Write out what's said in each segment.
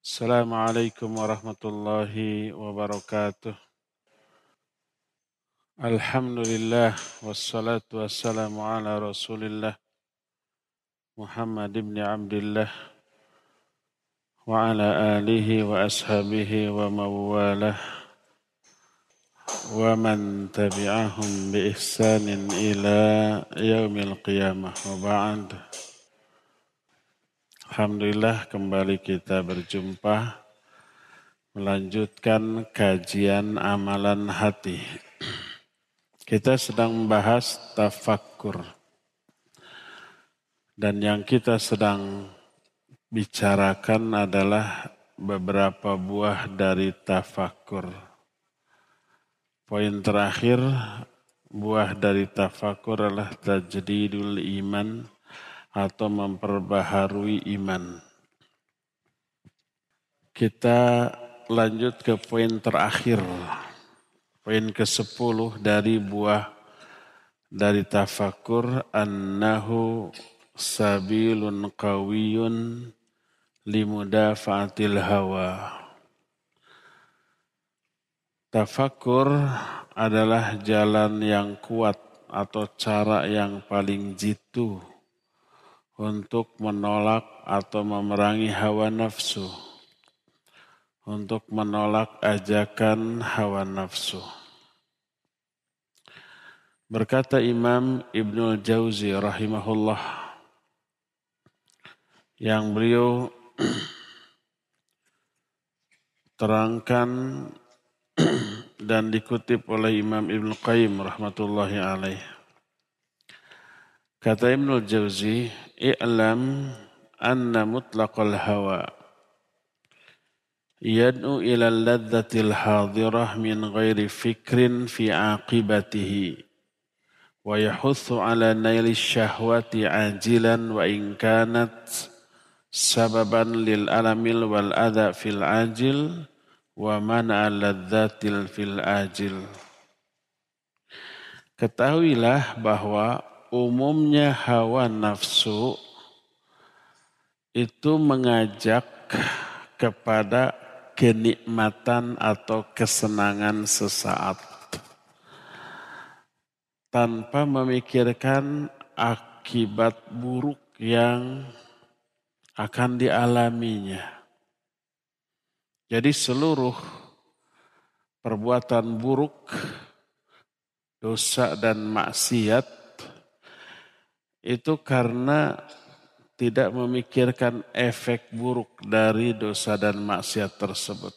Assalamualaikum warahmatullahi wabarakatuh. Alhamdulillah wassalatu wassalamu ala Rasulillah Muhammad ibn Abdullah wa ala alihi wa ashabihi wa mawalah wa man tabi'ahum bi ihsanin ila yaumil qiyamah wa ba'd. Alhamdulillah kembali kita berjumpa melanjutkan kajian amalan hati. Kita sedang membahas tafakkur. Dan yang kita sedang bicarakan adalah beberapa buah dari tafakkur. Poin terakhir, buah dari tafakkur adalah tajdidul iman atau memperbaharui iman. Kita lanjut ke poin terakhir. Poin ke-10 dari buah dari tafakkur, annahu sabilun qawiyun limudafa'atil hawa. Tafakkur adalah jalan yang kuat atau cara yang paling jitu untuk menolak atau memerangi hawa nafsu. Untuk menolak ajakan hawa nafsu. Berkata Imam Ibnul Jauzi rahimahullah, yang beliau terangkan dan dikutip oleh Imam Ibnu Qayyim rahmatullahi alaih. Kata Ibnul Jauzi, i'lam anna mutlaqal hawa yad'u ila al-ladzatil hadirah min ghairi fikrin fi aqibatihi wa yahuthu ala naili syahwati ajilan wa in kanat sababan lil alamil wal adha fil ajil wa man'a ladzatil fil ajil. Ketahuilah bahwa umumnya hawa nafsu itu mengajak kepada kenikmatan atau kesenangan sesaat tanpa memikirkan akibat buruk yang akan dialaminya. Jadi seluruh perbuatan buruk, dosa dan maksiat itu karena tidak memikirkan efek buruk dari dosa dan maksiat tersebut.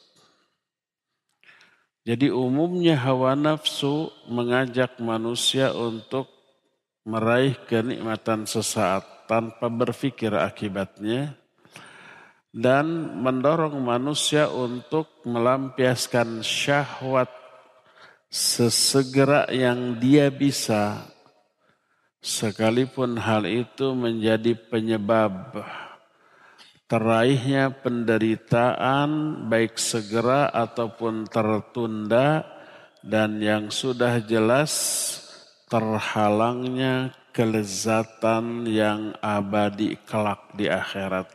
Jadi umumnya hawa nafsu mengajak manusia untuk meraih kenikmatan sesaat tanpa berpikir akibatnya dan mendorong manusia untuk melampiaskan syahwat sesegera yang dia bisa, sekalipun hal itu menjadi penyebab teraihnya penderitaan baik segera ataupun tertunda dan yang sudah jelas terhalangnya kelezatan yang abadi kelak di akhirat.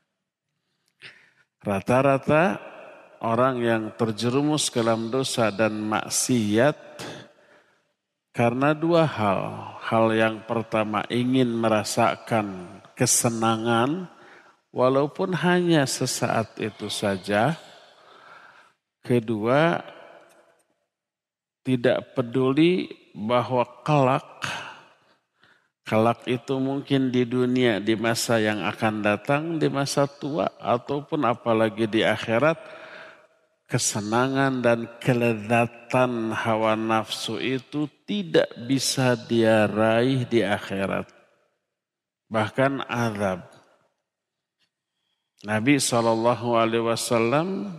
Rata-rata orang yang terjerumus ke dalam dosa dan maksiat karena dua hal. Hal yang pertama ingin merasakan kesenangan walaupun hanya sesaat itu saja. Kedua, tidak peduli bahwa kelak itu mungkin di dunia di masa yang akan datang, di masa tua ataupun apalagi di akhirat. Kesenangan dan kelezatan hawa nafsu itu tidak bisa dia raih di akhirat. Bahkan azab. Nabi SAW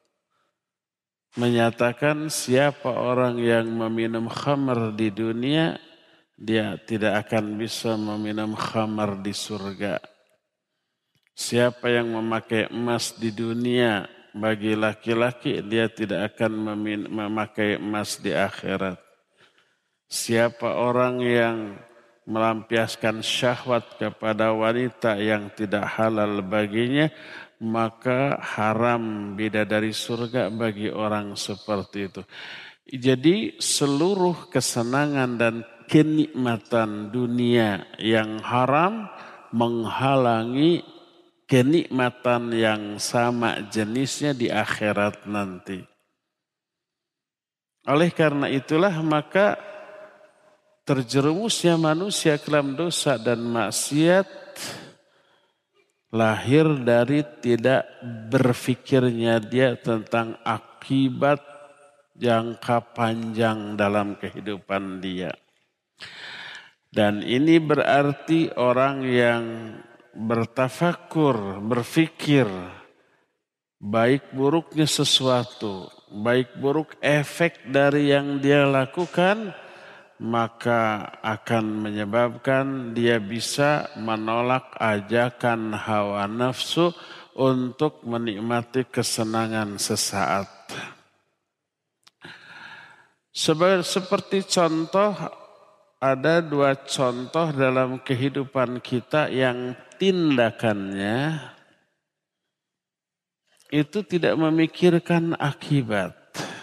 menyatakan siapa orang yang meminum khamr di dunia, dia tidak akan bisa meminum khamr di surga. Siapa yang memakai emas di dunia, bagi laki-laki dia tidak akan memakai emas di akhirat. Siapa orang yang melampiaskan syahwat kepada wanita yang tidak halal baginya, maka haram bidadari surga bagi orang seperti itu. Jadi seluruh kesenangan dan kenikmatan dunia yang haram menghalangi kenikmatan yang sama jenisnya di akhirat nanti. Oleh karena itulah maka terjerumusnya manusia ke dalam dosa dan maksiat lahir dari tidak berfikirnya dia tentang akibat jangka panjang dalam kehidupan dia. Dan ini berarti orang yang bertafakur, berfikir baik buruknya sesuatu, baik buruk efek dari yang dia lakukan, maka akan menyebabkan dia bisa menolak ajakan hawa nafsu untuk menikmati kesenangan sesaat. Seperti contoh, ada dua contoh dalam kehidupan kita yang tindakannya itu tidak memikirkan akibat.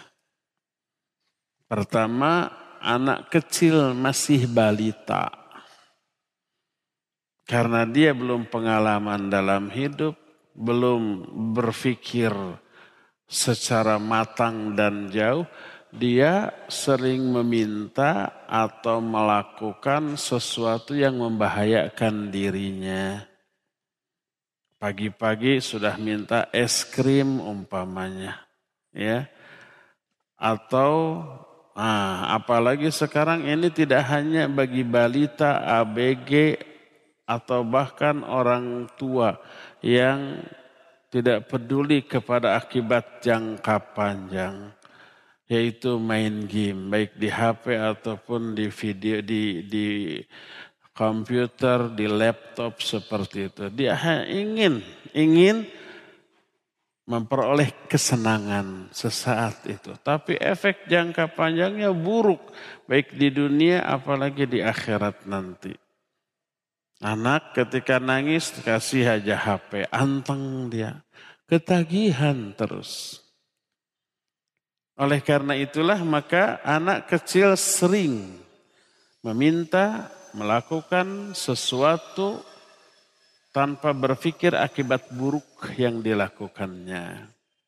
Pertama, anak kecil masih balita. Karena dia belum pengalaman dalam hidup, belum berpikir secara matang dan jauh, dia sering meminta atau melakukan sesuatu yang membahayakan dirinya. Pagi-pagi sudah minta es krim umpamanya, ya. Atau apalagi sekarang ini tidak hanya bagi balita, ABG atau bahkan orang tua yang tidak peduli kepada akibat jangka panjang, yaitu main game baik di HP ataupun di video di komputer, di laptop seperti itu. Dia ingin memperoleh kesenangan sesaat itu. Tapi efek jangka panjangnya buruk. Baik di dunia apalagi di akhirat nanti. Anak ketika nangis kasih aja HP. Anteng dia. Ketagihan terus. Oleh karena itulah maka anak kecil sering meminta melakukan sesuatu tanpa berpikir akibat buruk yang dilakukannya.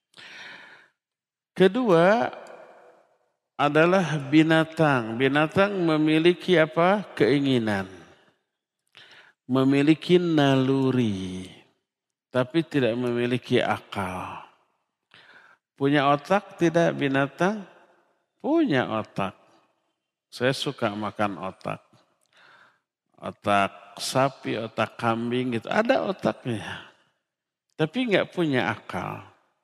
Kedua adalah binatang. Binatang memiliki apa? Keinginan. Memiliki naluri. Tapi tidak memiliki akal. Punya otak tidak binatang? Punya otak. Saya suka makan otak. Otak sapi, otak kambing gitu. Ada otaknya. Tapi enggak punya akal.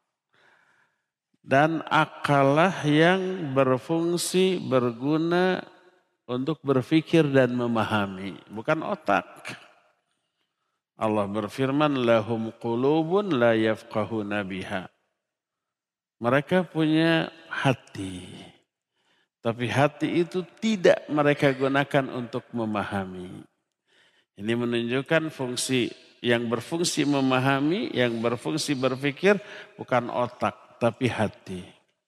Dan akallah yang berfungsi, berguna untuk berpikir dan memahami. Bukan otak. Allah berfirman, lahum qulubun la yafqahuna biha. Mereka punya hati. Tapi hati itu tidak mereka gunakan untuk memahami. Ini menunjukkan fungsi yang berfungsi memahami, yang berfungsi berpikir bukan otak, tapi hati.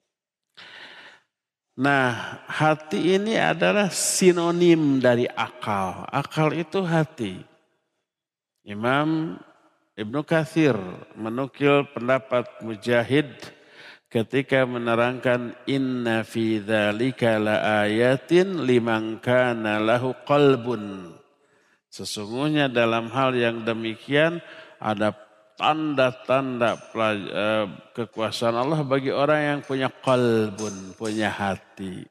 Nah, hati ini adalah sinonim dari akal. Akal itu hati. Imam Ibnu Katsir menukil pendapat Mujahid ketika menerangkan inna fi dzalika laayatin liman kana lahu qalbun. Sesungguhnya dalam hal yang demikian ada tanda-tanda kekuasaan Allah bagi orang yang punya qalbun, punya hati.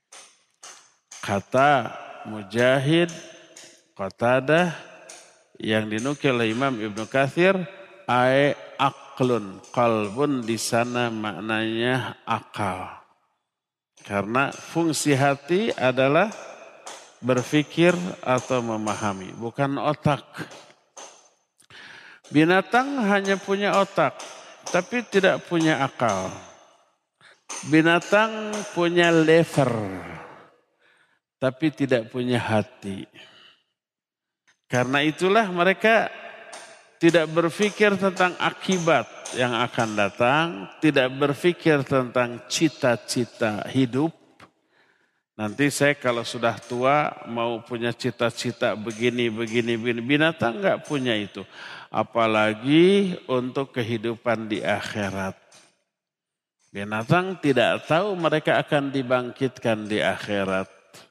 Kata Mujahid, Qatadah yang dinukil oleh Imam Ibnu Katsir, aqlun, qalbun di sana maknanya akal. Karena fungsi hati adalah berpikir atau memahami, bukan otak. Binatang hanya punya otak, tapi tidak punya akal. Binatang punya lever, tapi tidak punya hati. Karena itulah mereka tidak berpikir tentang akibat yang akan datang, tidak berpikir tentang cita-cita hidup. Nanti saya kalau sudah tua mau punya cita-cita begini. Binatang enggak punya itu. Apalagi untuk kehidupan di akhirat. Binatang tidak tahu mereka akan dibangkitkan di akhirat.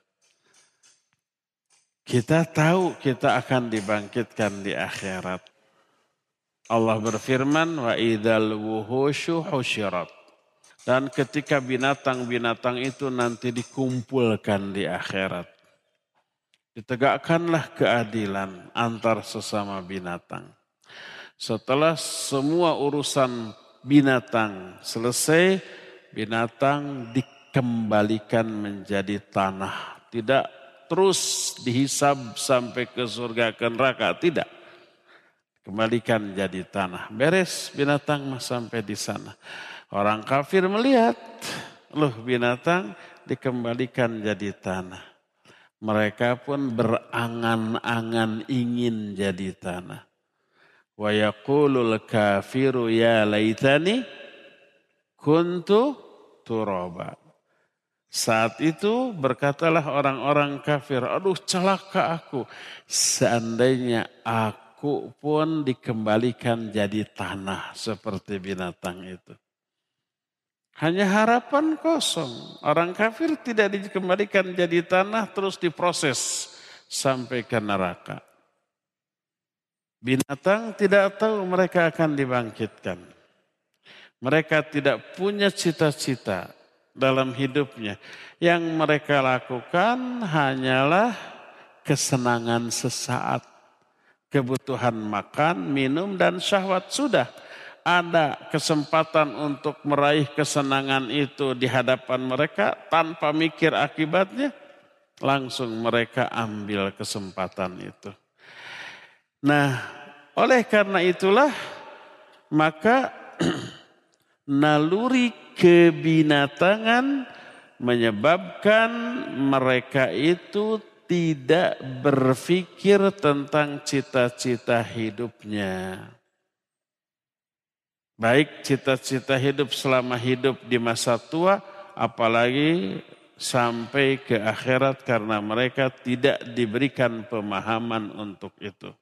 Kita tahu kita akan dibangkitkan di akhirat. Allah berfirman, wa idzal wuhusyu husyirat. Dan ketika binatang-binatang itu nanti dikumpulkan di akhirat. Ditegakkanlah keadilan antar sesama binatang. Setelah semua urusan binatang selesai, binatang dikembalikan menjadi tanah. Tidak terus dihisab sampai ke surga ke neraka, tidak. Kembalikan jadi tanah. Beres binatang sampai di sana. Orang kafir melihat, loh binatang dikembalikan jadi tanah. Mereka pun berangan-angan ingin jadi tanah. Wa yaqulul kafiru ya laitani kuntu turaba. Saat itu berkatalah orang-orang kafir, aduh celaka aku. Seandainya aku pun dikembalikan jadi tanah seperti binatang itu. Hanya harapan kosong. Orang kafir tidak dikembalikan jadi tanah terus diproses sampai ke neraka. Binatang tidak tahu mereka akan dibangkitkan. Mereka tidak punya cita-cita dalam hidupnya. Yang mereka lakukan hanyalah kesenangan sesaat. Kebutuhan makan, minum, dan syahwat sudah. Ada kesempatan untuk meraih kesenangan itu di hadapan mereka tanpa mikir akibatnya, langsung mereka ambil kesempatan itu. Nah, oleh karena itulah maka naluri kebinatangan menyebabkan mereka itu tidak berpikir tentang cita-cita hidupnya. Baik cita-cita hidup selama hidup di masa tua, apalagi sampai ke akhirat karena mereka tidak diberikan pemahaman untuk itu.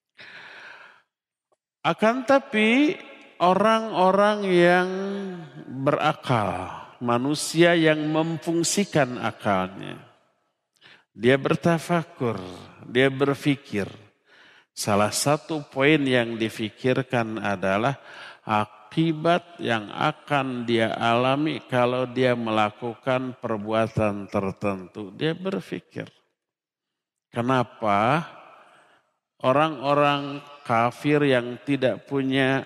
Akan tapi orang-orang yang berakal, manusia yang memfungsikan akalnya, dia bertafakur, dia berpikir. Salah satu poin yang difikirkan adalah akibat yang akan dia alami kalau dia melakukan perbuatan tertentu. Dia berpikir, kenapa orang-orang kafir yang tidak punya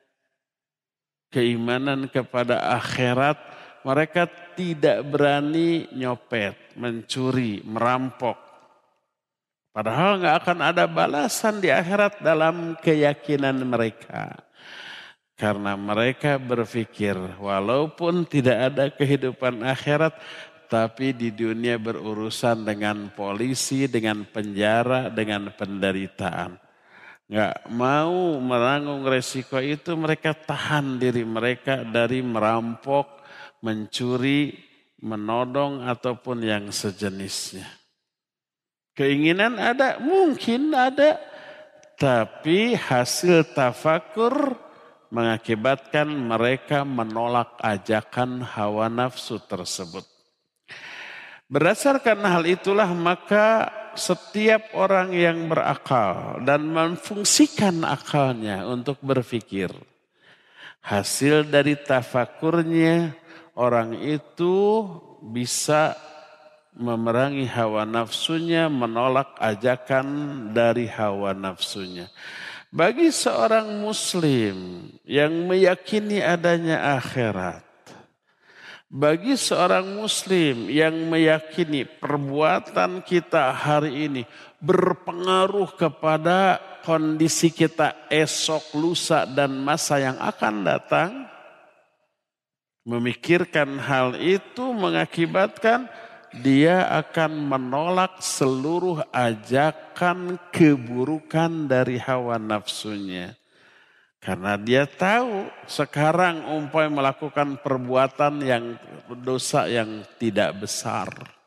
keimanan kepada akhirat, mereka tidak berani nyopet, mencuri, merampok. Padahal nggak akan ada balasan di akhirat dalam keyakinan mereka. Karena mereka berpikir walaupun tidak ada kehidupan akhirat, tapi di dunia berurusan dengan polisi, dengan penjara, dengan penderitaan. Nggak mau menanggung resiko itu, mereka tahan diri mereka dari merampok, mencuri, menodong ataupun yang sejenisnya. Keinginan ada, mungkin ada, tapi hasil tafakur mengakibatkan mereka menolak ajakan hawa nafsu tersebut. Berdasarkan hal itulah maka setiap orang yang berakal dan memfungsikan akalnya untuk berpikir, hasil dari tafakurnya orang itu bisa memerangi hawa nafsunya, menolak ajakan dari hawa nafsunya. Bagi seorang muslim yang meyakini adanya akhirat, bagi seorang muslim yang meyakini perbuatan kita hari ini berpengaruh kepada kondisi kita esok, lusa, dan masa yang akan datang, memikirkan hal itu mengakibatkan dia akan menolak seluruh ajakan keburukan dari hawa nafsunya. Karena dia tahu sekarang melakukan perbuatan yang dosa yang tidak besar.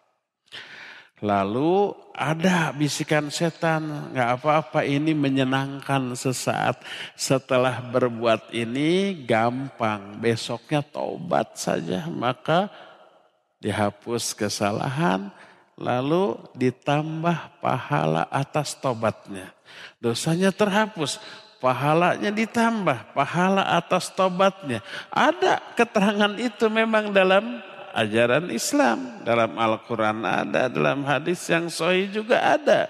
Lalu ada bisikan setan, gak apa-apa ini menyenangkan sesaat. Setelah berbuat ini gampang, besoknya taubat saja. Maka dihapus kesalahan, lalu ditambah pahala atas tobatnya. Dosanya terhapus, pahalanya ditambah, pahala atas tobatnya. Ada keterangan itu memang dalam ajaran Islam. Dalam Al-Quran ada, dalam hadis yang sahih juga ada.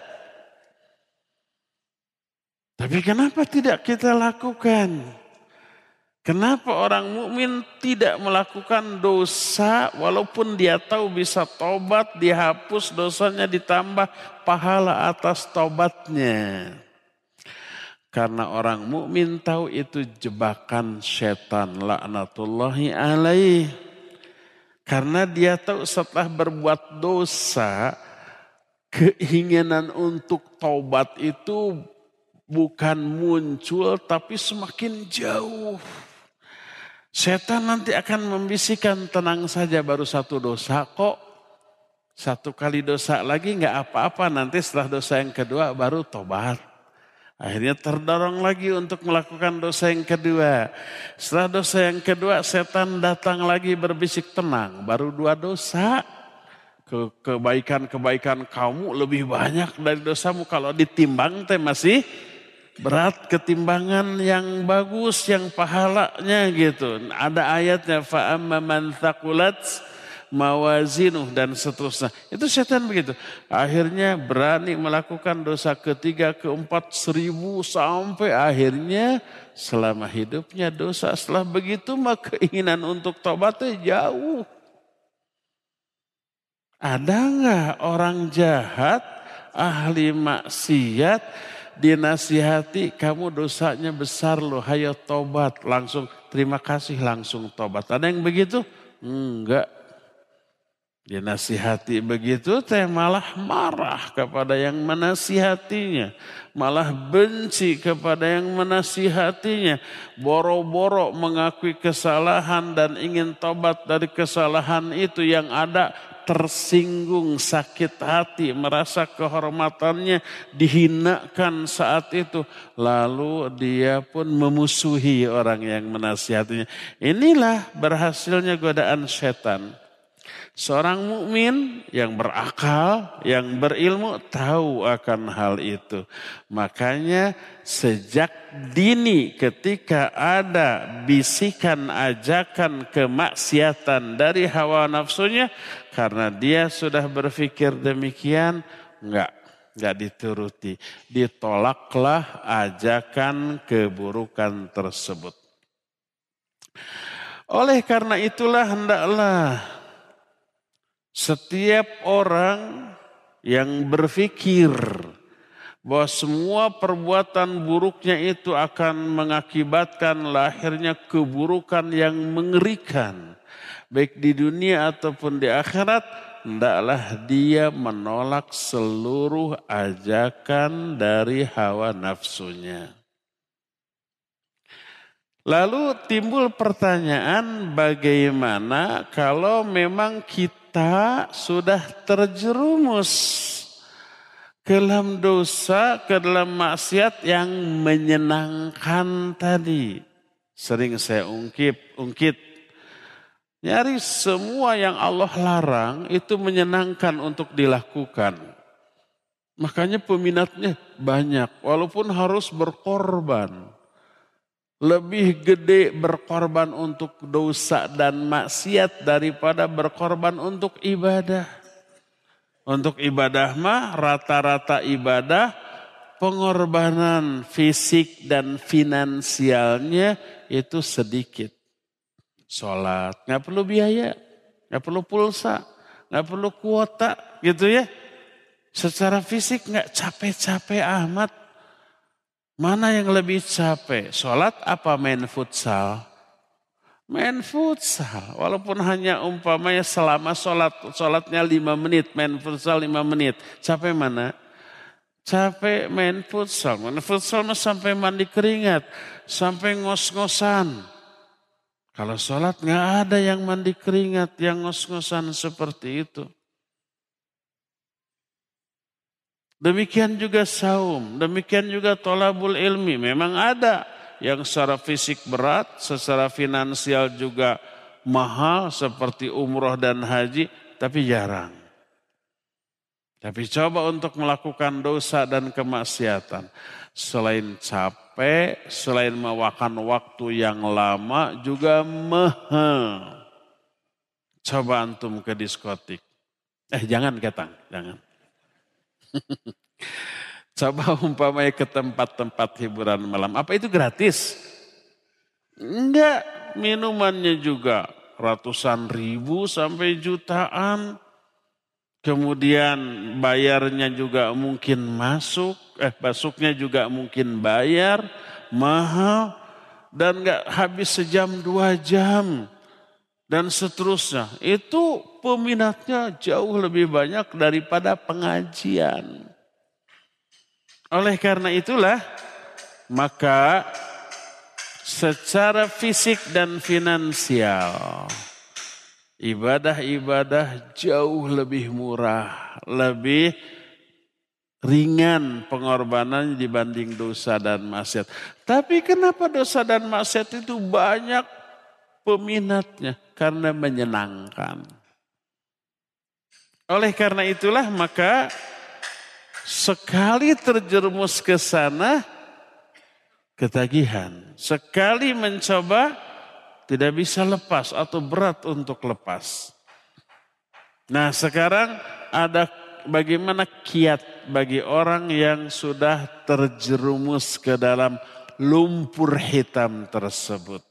Tapi kenapa tidak kita lakukan? Kenapa orang mukmin tidak melakukan dosa walaupun dia tahu bisa tobat, dihapus dosanya, ditambah pahala atas tobatnya? Karena orang mukmin tahu itu jebakan setan, laknatullahi alaih. Karena dia tahu setelah berbuat dosa, keinginan untuk taubat itu bukan muncul tapi semakin jauh. Setan nanti akan membisikkan, tenang saja baru satu dosa kok. Satu kali dosa lagi gak apa-apa, nanti setelah dosa yang kedua baru tobat. Akhirnya terdorong lagi untuk melakukan dosa yang kedua. Setelah dosa yang kedua setan datang lagi berbisik, tenang baru 2 dosa. Kebaikan-kebaikan kamu lebih banyak dari dosamu, kalau ditimbang masih berat ketimbangan yang bagus, yang pahalanya gitu. Ada ayatnya, fa'amma man thaqulat mawazinuh dan seterusnya. Itu setan begitu. Akhirnya berani melakukan dosa ketiga, keempat, 1000 sampai akhirnya selama hidupnya dosa. Setelah begitu maka keinginan untuk tobatnya jauh. Ada enggak orang jahat, ahli maksiat, dinasihati, kamu dosanya besar loh, hayo tobat. Langsung terima kasih, langsung tobat. Ada yang begitu? Enggak. Dinasihati begitu malah marah kepada yang menasihatinya. Malah benci kepada yang menasihatinya. Boro-boro mengakui kesalahan dan ingin tobat dari kesalahan itu, yang ada tersinggung, sakit hati, merasa kehormatannya dihinakan saat itu. Lalu dia pun memusuhi orang yang menasihatinya. Inilah berhasilnya godaan setan. Seorang mukmin yang berakal, yang berilmu tahu akan hal itu. Makanya sejak dini ketika ada bisikan ajakan kemaksiatan dari hawa nafsunya, karena dia sudah berpikir demikian, enggak dituruti. Ditolaklah ajakan keburukan tersebut. Oleh karena itulah hendaklah setiap orang yang berpikir bahwa semua perbuatan buruknya itu akan mengakibatkan lahirnya keburukan yang mengerikan, baik di dunia ataupun di akhirat, hendaklah dia menolak seluruh ajakan dari hawa nafsunya. Lalu timbul pertanyaan, bagaimana kalau memang kita sudah terjerumus ke dalam dosa, ke dalam maksiat yang menyenangkan tadi. Sering saya ungkit. Nyaris semua yang Allah larang itu menyenangkan untuk dilakukan. Makanya peminatnya banyak, walaupun harus berkorban. Lebih gede berkorban untuk dosa dan maksiat daripada berkorban untuk ibadah. Untuk ibadah mah rata-rata ibadah pengorbanan fisik dan finansialnya itu sedikit. Sholat gak perlu biaya, gak perlu pulsa, gak perlu kuota gitu ya. Secara fisik gak capek-capek amat. Mana yang lebih capek? Sholat apa main futsal? main futsal. Walaupun hanya umpamanya selama sholatnya 5 menit, main futsal 5 menit. Capek mana? Capek main futsal. Main futsal mah sampai mandi keringat, sampai ngos-ngosan. Kalau sholat nggak ada yang mandi keringat, yang ngos-ngosan seperti itu. Demikian juga saum, demikian juga tholabul ilmi. Memang ada yang secara fisik berat, secara finansial juga mahal seperti umroh dan haji, tapi jarang. Tapi coba untuk melakukan dosa dan kemaksiatan. Selain capek, selain memakan waktu yang lama juga mahal. Coba antum ke diskotik. Jangan ketang, jangan. Coba umpamanya ke tempat-tempat hiburan malam. Apa itu gratis? Enggak, minumannya juga ratusan ribu sampai jutaan. Kemudian bayarnya juga mungkin masuknya juga mungkin bayar, mahal. Dan enggak habis sejam 2 jam. Dan seterusnya. Itu peminatnya jauh lebih banyak daripada pengajian. Oleh karena itulah, maka secara fisik dan finansial, ibadah-ibadah jauh lebih murah, lebih ringan pengorbanan dibanding dosa dan maksiat. Tapi kenapa dosa dan maksiat itu banyak peminatnya? Karena menyenangkan. Oleh karena itulah maka sekali terjerumus ke sana ketagihan. Sekali mencoba tidak bisa lepas atau berat untuk lepas. Nah sekarang ada bagaimana kiat bagi orang yang sudah terjerumus ke dalam lumpur hitam tersebut.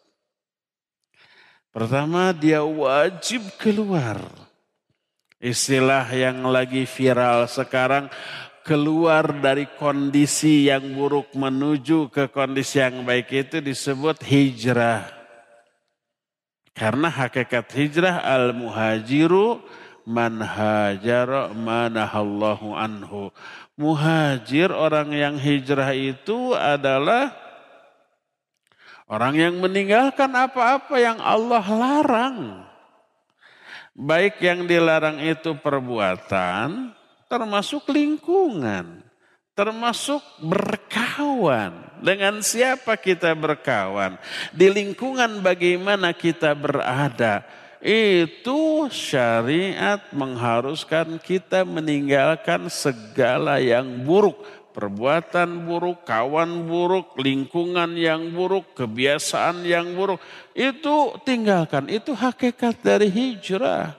Pertama dia wajib keluar. Istilah yang lagi viral sekarang, keluar dari kondisi yang buruk menuju ke kondisi yang baik itu disebut hijrah. Karena hakikat hijrah al-muhajiru man hajara manahallahu anhu. Muhajir, orang yang hijrah itu adalah orang yang meninggalkan apa-apa yang Allah larang. Baik yang dilarang itu perbuatan, termasuk lingkungan, termasuk berkawan. Dengan siapa kita berkawan? Di lingkungan bagaimana kita berada? Itu syariat mengharuskan kita meninggalkan segala yang buruk. Perbuatan buruk, kawan buruk, lingkungan yang buruk, kebiasaan yang buruk. Itu tinggalkan, itu hakikat dari hijrah.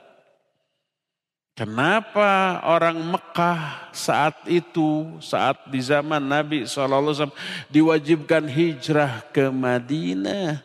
Kenapa orang Mekah saat itu, saat di zaman Nabi SAW diwajibkan hijrah ke Madinah?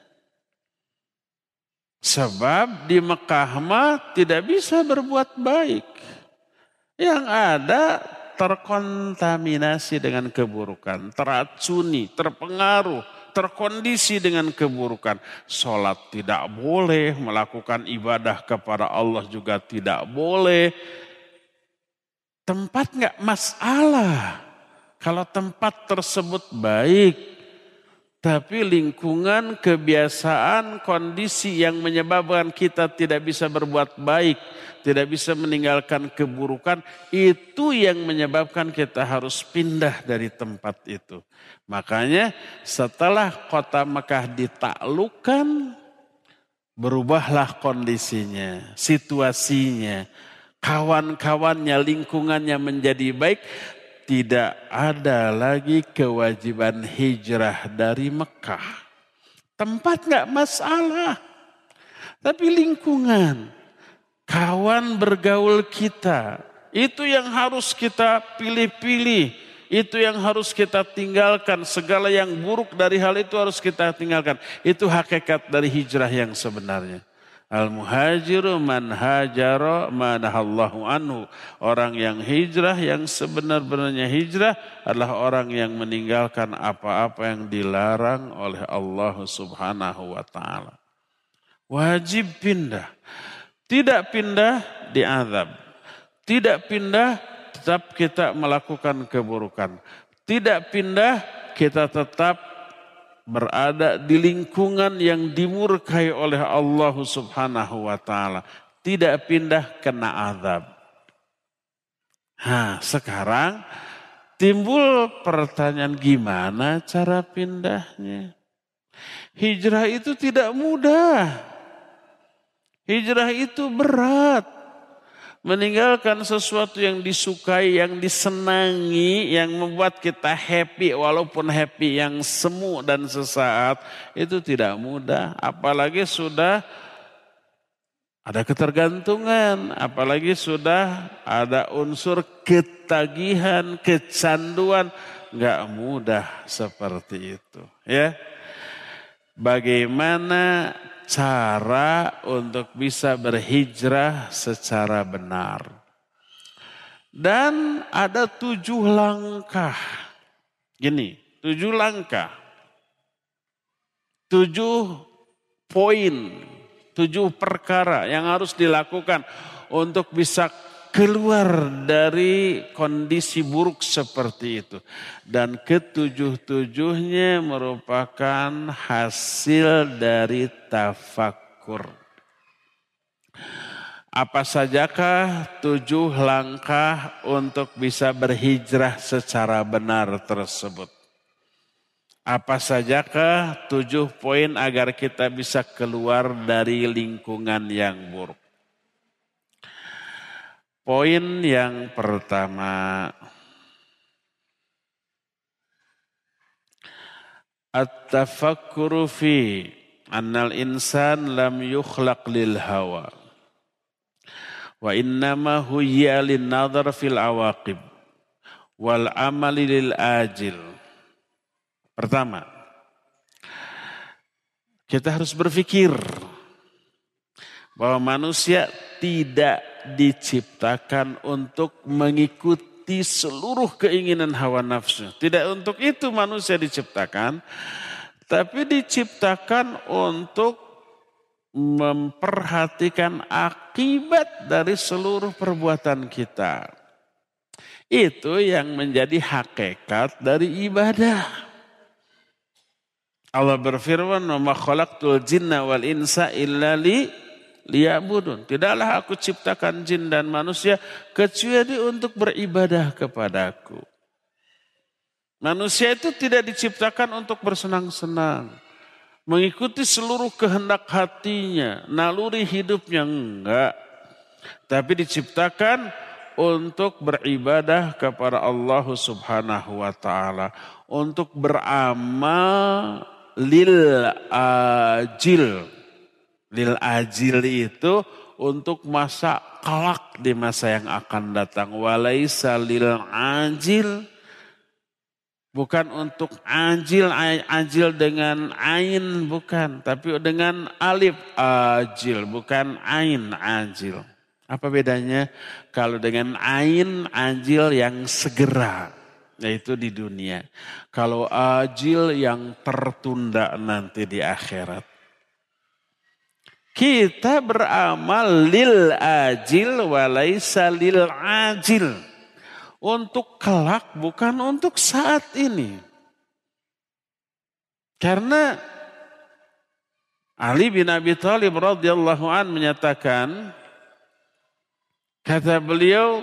Sebab di Mekah mah tidak bisa berbuat baik. Yang ada terkontaminasi dengan keburukan, teracuni, terpengaruh, terkondisi dengan keburukan. Sholat tidak boleh, melakukan ibadah kepada Allah juga tidak boleh. Tempat enggak masalah kalau tempat tersebut baik, tapi lingkungan, kebiasaan, kondisi yang menyebabkan kita tidak bisa berbuat baik, tidak bisa meninggalkan keburukan, itu yang menyebabkan kita harus pindah dari tempat itu. Makanya setelah kota Mekah ditaklukkan, berubahlah kondisinya, situasinya, kawan-kawannya, lingkungannya menjadi baik. Tidak ada lagi kewajiban hijrah dari Mekah. Tempat enggak masalah, tapi lingkungan, kawan bergaul kita, itu yang harus kita pilih-pilih, itu yang harus kita tinggalkan. Segala yang buruk dari hal itu harus kita tinggalkan. Itu hakikat dari hijrah yang sebenarnya. Al-muhajiru man hajara manahallahu anhu. Orang yang hijrah, yang sebenar-benarnya hijrah adalah orang yang meninggalkan apa-apa yang dilarang oleh Allah Subhanahu wa ta'ala. Wajib pindah. Tidak pindah diazab. Tidak pindah tetap kita melakukan keburukan. Tidak pindah kita tetap berada di lingkungan yang dimurkai oleh Allah Subhanahu wa taala. Tidak pindah kena azab. Nah, sekarang timbul pertanyaan gimana cara pindahnya? Hijrah itu tidak mudah. Hijrah itu berat. Meninggalkan sesuatu yang disukai, yang disenangi, yang membuat kita happy walaupun happy yang semu dan sesaat, itu tidak mudah. Apalagi sudah ada ketergantungan, apalagi sudah ada unsur ketagihan, kecanduan, enggak mudah seperti itu, ya. Bagaimana cara untuk bisa berhijrah secara benar? Dan ada 7 langkah. Gini, 7 langkah. 7 poin, 7 perkara yang harus dilakukan untuk bisa keluar dari kondisi buruk seperti itu. Dan ketujuh-tujuhnya merupakan hasil dari tafakkur. Apa sajakah 7 langkah untuk bisa berhijrah secara benar tersebut? Apa sajakah 7 poin agar kita bisa keluar dari lingkungan yang buruk? Poin yang pertama, at-tafakkuru fi annal insan lam yukhlaq lil hawa wa innama huyya lin nadhar fil awaqib wal amali lil ajil. Pertama, kita harus berpikir bahwa manusia tidak diciptakan untuk mengikuti seluruh keinginan hawa nafsu. Tidak untuk itu manusia diciptakan, tapi diciptakan untuk memperhatikan akibat dari seluruh perbuatan kita. Itu yang menjadi hakikat dari ibadah. Allah berfirman, "Wa ma khalaqtul jinna wal insa illa liya'budun." Tidaklah aku ciptakan jin dan manusia kecuali untuk beribadah kepadaku. Manusia itu tidak diciptakan untuk bersenang-senang, mengikuti seluruh kehendak hatinya, naluri hidupnya, enggak. Tapi diciptakan untuk beribadah kepada Allah Subhanahu wa taala, untuk beramal lil ajil. Lil ajil itu untuk masa kelak di masa yang akan datang. Walaisa lil ajil, bukan untuk ajil, ajil dengan ain bukan, tapi dengan alif ajil, bukan ain ajil. Apa bedanya? Kalau dengan ain ajil yang segera, yaitu di dunia. Kalau ajil yang tertunda nanti di akhirat. Kita beramal lil ajil walaisa lil ajil. Untuk kelak bukan untuk saat ini. Karena Ali bin Abi Thalib radhiyallahu an menyatakan, kata beliau,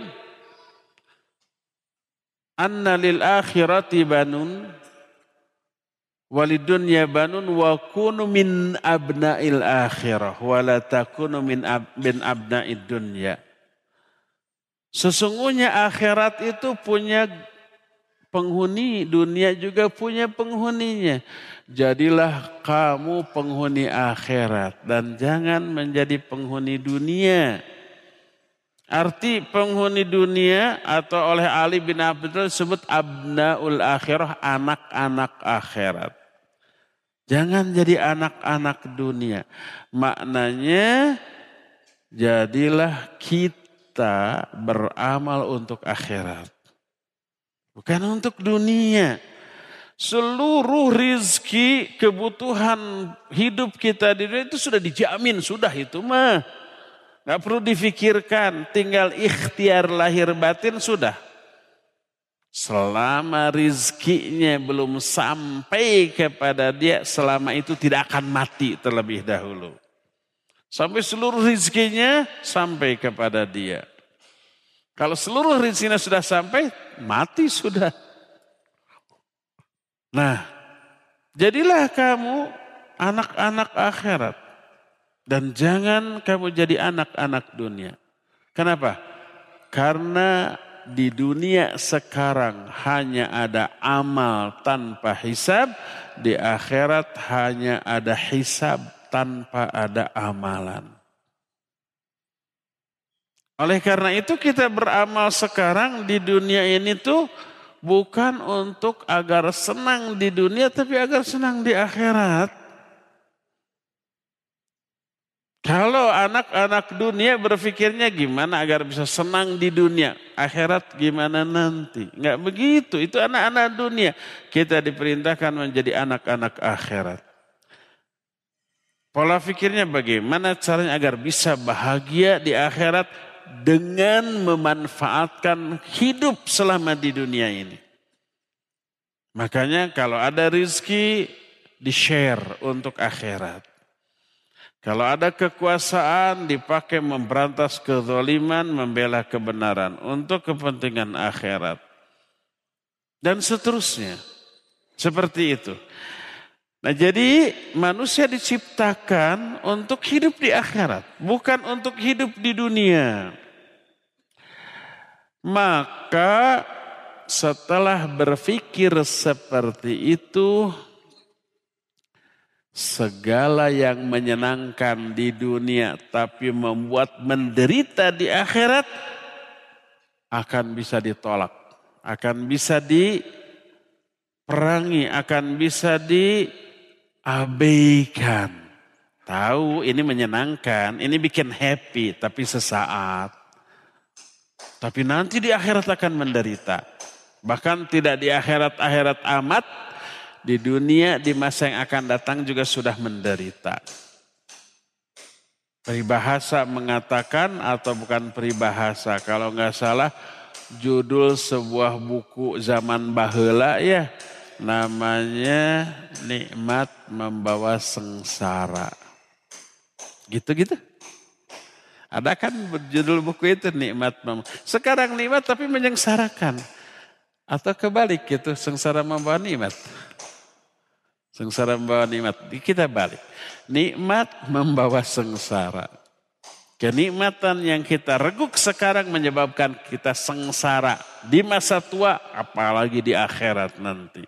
anna lil akhirati banun walidunya banun wa kunu min abna'il akhirah wa la takunu min abna'id dunya. Sesungguhnya akhirat itu punya penghuni, dunia juga punya penghuninya. Jadilah kamu penghuni akhirat dan jangan menjadi penghuni dunia. Arti penghuni dunia atau oleh Ali bin Abi Thalib disebut abnaul akhirah, anak-anak akhirat. Jangan jadi anak-anak dunia. Maknanya jadilah kita beramal untuk akhirat. Bukan untuk dunia. Seluruh rizki, kebutuhan hidup kita di dunia itu sudah dijamin, sudah itu mah. Gak perlu difikirkan, tinggal ikhtiar lahir batin sudah. Selama rizkinya belum sampai kepada dia, selama itu tidak akan mati terlebih dahulu. Sampai seluruh rizkinya sampai kepada dia. Kalau seluruh rizkinya sudah sampai, mati sudah. Nah, jadilah kamu anak-anak akhirat. Dan jangan kamu jadi anak-anak dunia. Kenapa? Karena di dunia sekarang hanya ada amal tanpa hisab. Di akhirat hanya ada hisab tanpa ada amalan. Oleh karena itu kita beramal sekarang di dunia ini tuh bukan untuk agar senang di dunia tapi agar senang di akhirat. Kalau anak-anak dunia berpikirnya gimana agar bisa senang di dunia, akhirat gimana nanti. Enggak begitu, itu anak-anak dunia. Kita diperintahkan menjadi anak-anak akhirat. Pola pikirnya bagaimana caranya agar bisa bahagia di akhirat dengan memanfaatkan hidup selama di dunia ini. Makanya kalau ada rezeki di-share untuk akhirat. Kalau ada kekuasaan dipakai memberantas kezaliman, membela kebenaran untuk kepentingan akhirat. Dan seterusnya. Seperti itu. Nah jadi manusia diciptakan untuk hidup di akhirat. Bukan untuk hidup di dunia. Maka setelah berpikir seperti itu, segala yang menyenangkan di dunia tapi membuat menderita di akhirat akan bisa ditolak, akan bisa diperangi, akan bisa diabaikan. Tahu ini menyenangkan, ini bikin happy tapi sesaat. Tapi nanti di akhirat akan menderita. Bahkan tidak di akhirat-akhirat amat, di dunia di masa yang akan datang juga sudah menderita. Peribahasa mengatakan atau bukan peribahasa, kalau nggak salah judul sebuah buku zaman baheula ya, namanya Nikmat Membawa Sengsara. Gitu-gitu. Ada kan judul buku itu nikmat. Sekarang nikmat tapi menyengsarakan. Atau kebalik gitu, sengsara membawa nikmat. Sengsara membawa nikmat. Kita balik. Nikmat membawa sengsara. Kenikmatan yang kita reguk sekarang menyebabkan kita sengsara. Di masa tua apalagi di akhirat nanti.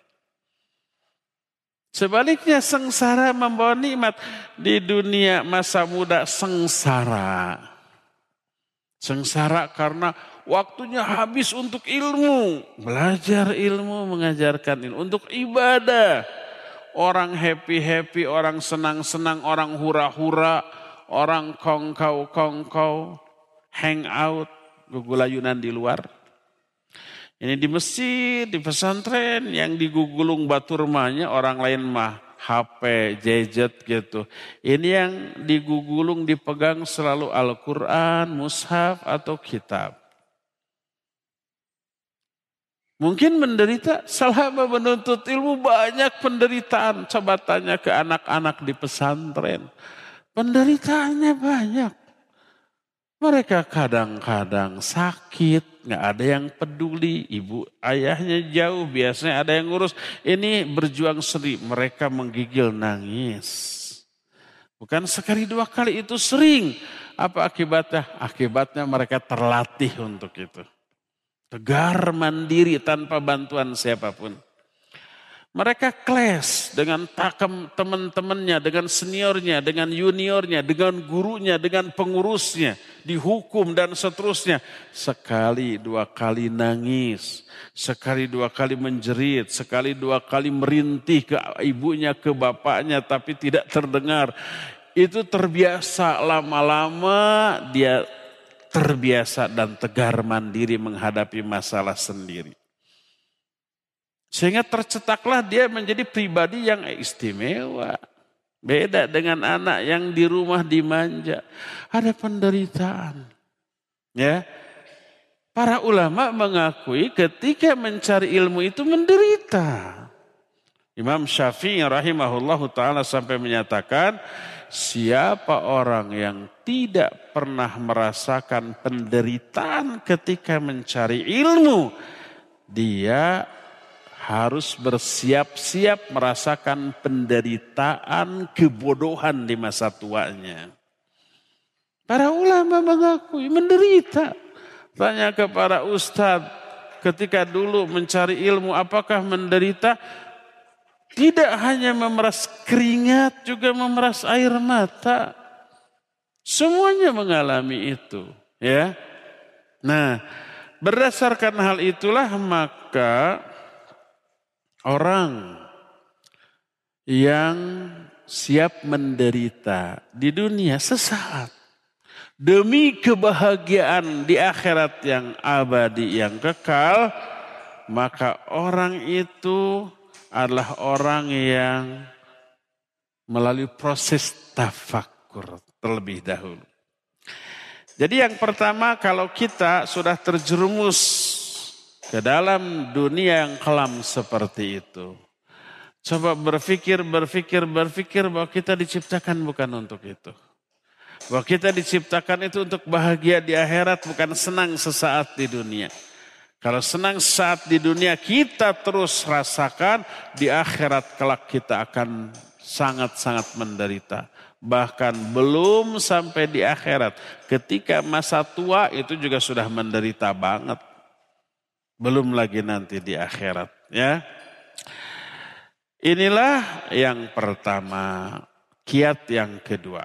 Sebaliknya sengsara membawa nikmat. Di dunia masa muda sengsara. Sengsara karena waktunya habis untuk ilmu. Belajar ilmu, mengajarkan ilmu. Untuk ibadah. Orang happy-happy, orang senang-senang, orang hura-hura. Orang kongkau-kongkau. Hang out, gugulayunan di luar. Ini di Mesir, di pesantren yang digugulung batu rumahnya orang lain mah HP, gadget gitu. Ini yang digugulung dipegang selalu Al-Quran, mushaf atau kitab. Mungkin menderita, selama menuntut ilmu banyak penderitaan. Coba tanya ke anak-anak di pesantren. Penderitaannya banyak. Mereka kadang-kadang sakit, nggak ada yang peduli, ibu ayahnya jauh, biasanya ada yang ngurus. Ini berjuang sendiri, mereka menggigil nangis. Bukan sekali dua kali, itu sering. Apa akibatnya? Akibatnya mereka terlatih untuk itu. Tegar mandiri tanpa bantuan siapapun. Mereka clash dengan teman-temannya, dengan seniornya, dengan juniornya, dengan gurunya, dengan pengurusnya, dihukum dan seterusnya. Sekali dua kali nangis, sekali dua kali menjerit, sekali dua kali merintih ke ibunya, ke bapaknya, tapi tidak terdengar. Itu terbiasa, lama-lama dia terbiasa dan tegar mandiri menghadapi masalah sendiri. Sehingga tercetaklah dia menjadi pribadi yang istimewa. Beda dengan anak yang di rumah dimanja. Ada penderitaan. Ya. Para ulama mengakui ketika mencari ilmu itu menderita. Imam Syafi'i rahimahullahu ta'ala sampai menyatakan, siapa orang yang tidak pernah merasakan penderitaan ketika mencari ilmu, dia harus bersiap-siap merasakan penderitaan kebodohan di masa tuanya. Para ulama mengakui menderita. Tanya ke para ustadz, ketika dulu mencari ilmu apakah menderita? Tidak hanya memeras keringat, juga memeras air mata. Semuanya mengalami itu. Ya. Nah, berdasarkan hal itulah maka orang yang siap menderita di dunia sesaat demi kebahagiaan di akhirat yang abadi, yang kekal, maka orang itu adalah orang yang melalui proses tafakkur terlebih dahulu. Jadi yang pertama, kalau kita sudah terjerumus ke dalam dunia yang kelam seperti itu, coba berpikir bahwa kita diciptakan bukan untuk itu. Bahwa kita diciptakan itu untuk bahagia di akhirat, bukan senang sesaat di dunia. Kalau senang saat di dunia kita terus rasakan, di akhirat kelak kita akan sangat-sangat menderita. Bahkan belum sampai di akhirat, ketika masa tua itu juga sudah menderita banget. Belum lagi nanti di akhirat, ya. Inilah yang pertama, kiat yang kedua.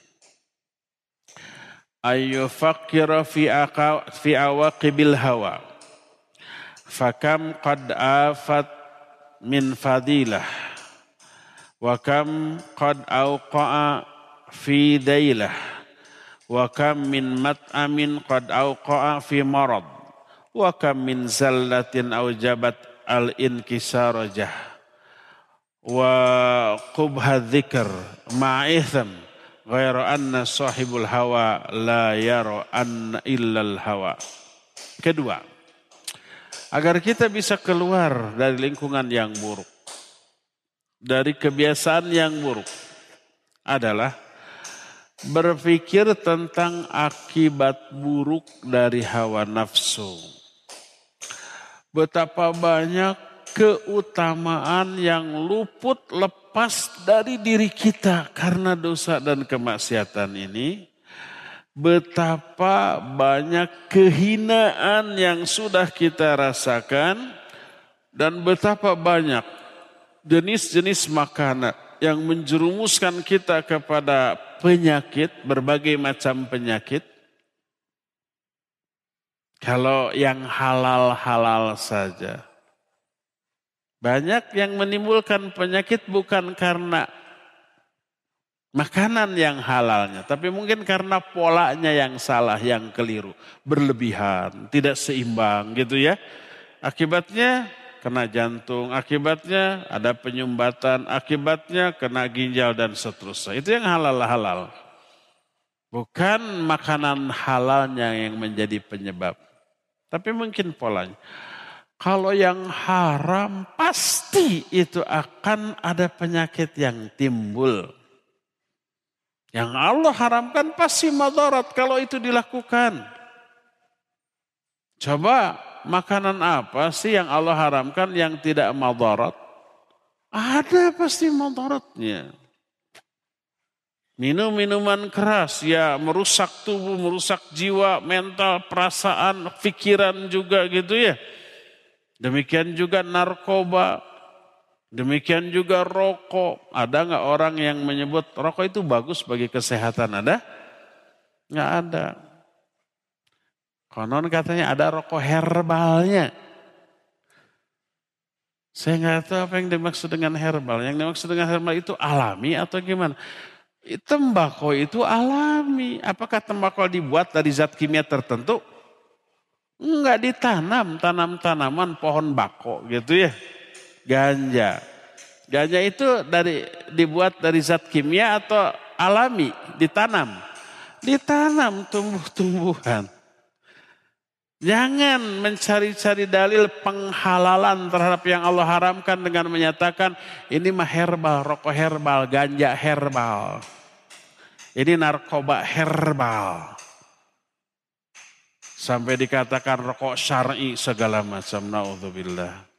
Ayyufakkira fi awaqibil hawa. Fakam qad afat min fadilah wa kam qad awqa'a fi dailah wa kam min mat'amin qad awqa'a fi marad wa kam min zallatin awjabat al-inkisarajah wa qubha dzikr ma'itham ghairu anna sahibul hawa la yara anna illal hawa. Kedua, agar kita bisa keluar dari lingkungan yang buruk, dari kebiasaan yang buruk, adalah berpikir tentang akibat buruk dari hawa nafsu. Betapa banyak keutamaan yang luput lepas dari diri kita karena dosa dan kemaksiatan ini. Betapa banyak kehinaan yang sudah kita rasakan dan betapa banyak jenis-jenis makanan yang menjerumuskan kita kepada penyakit, berbagai macam penyakit. Kalau yang halal-halal saja. Banyak yang menimbulkan penyakit bukan karena makanan yang halalnya, tapi mungkin karena polanya yang salah, yang keliru, berlebihan, tidak seimbang gitu ya. Akibatnya kena jantung, akibatnya ada penyumbatan, akibatnya kena ginjal dan seterusnya. Itu yang halal-halal. Bukan makanan halalnya yang menjadi penyebab, tapi mungkin polanya. Kalau yang haram pasti itu akan ada penyakit yang timbul. Yang Allah haramkan pasti madarat kalau itu dilakukan. Coba makanan apa sih yang Allah haramkan yang tidak madarat? Ada pasti madaratnya. Minum minuman keras ya merusak tubuh, merusak jiwa, mental, perasaan, pikiran juga gitu ya. Demikian juga narkoba. Demikian juga rokok. Ada nggak orang yang menyebut rokok itu bagus bagi kesehatan? Ada? Nggak ada. Konon katanya ada rokok herbalnya. Saya nggak tahu apa yang dimaksud dengan herbal. Yang dimaksud dengan herbal itu alami atau gimana? Tembakau itu alami. Apakah tembakau dibuat dari zat kimia tertentu? Enggak ditanam, tanam-tanaman pohon bako gitu ya. Ganja. Ganja itu dibuat dari zat kimia atau alami, ditanam. Ditanam tumbuh-tumbuhan. Jangan mencari-cari dalil penghalalan terhadap yang Allah haramkan dengan menyatakan ini mah herbal, rokok herbal, ganja herbal. Ini narkoba herbal. Sampai dikatakan rokok syar'i segala macam, naudzubillah.